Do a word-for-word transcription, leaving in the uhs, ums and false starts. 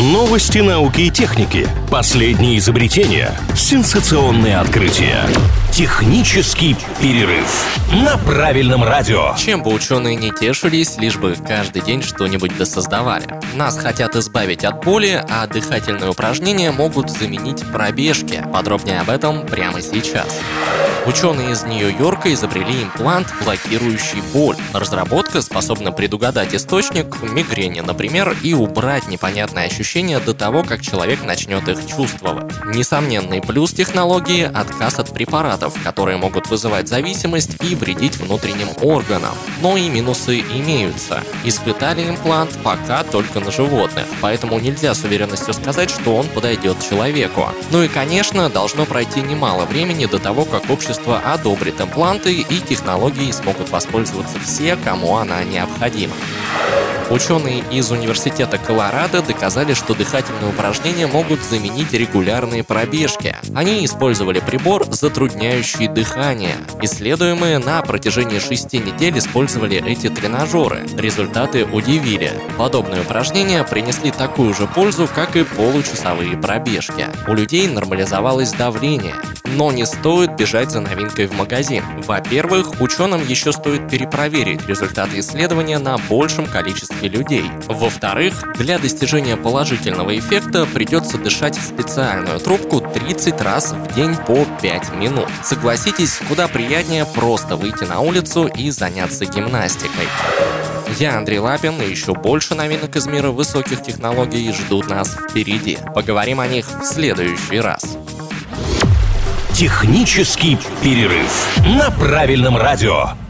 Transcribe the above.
Новости науки и техники, последние изобретения, сенсационные открытия. Технический перерыв на правильном радио. Чем бы ученые не тешились, лишь бы каждый день что-нибудь досоздавали. Нас хотят избавить от боли, а дыхательные упражнения могут заменить пробежки. Подробнее об этом прямо сейчас. Ученые из Нью-Йорка изобрели имплант, блокирующий боль. Разработка способна предугадать источник мигрени, например, и убрать непонятные ощущения до того, как человек начнет их чувствовать. Несомненный плюс технологии – отказ от препаратов, которые могут вызывать зависимость и вредить внутренним органам. Но и минусы имеются. Испытали имплант пока только на животных, поэтому нельзя с уверенностью сказать, что он подойдет человеку. Ну и, конечно, должно пройти немало времени до того, как общество одобрит импланты и технологией смогут воспользоваться все, кому она необходима. Ученые из Университета Колорадо доказали, что дыхательные упражнения могут заменить регулярные пробежки. Они использовали прибор, затрудняющий дыхание. Исследуемые на протяжении шести недель использовали эти тренажеры. Результаты удивили. Подобные упражнения принесли такую же пользу, как и получасовые пробежки. У людей нормализовалось давление. Но не стоит бежать за новинкой в магазин. Во-первых, ученым еще стоит перепроверить результаты исследования на большем количестве людей. Во-вторых, для достижения положительного эффекта придется дышать в специальную трубку тридцать раз в день по пять минут. Согласитесь, куда приятнее просто выйти на улицу и заняться гимнастикой. Я Андрей Лапин, и еще больше новинок из мира высоких технологий ждут нас впереди. Поговорим о них в следующий раз. Технический перерыв на правильном радио.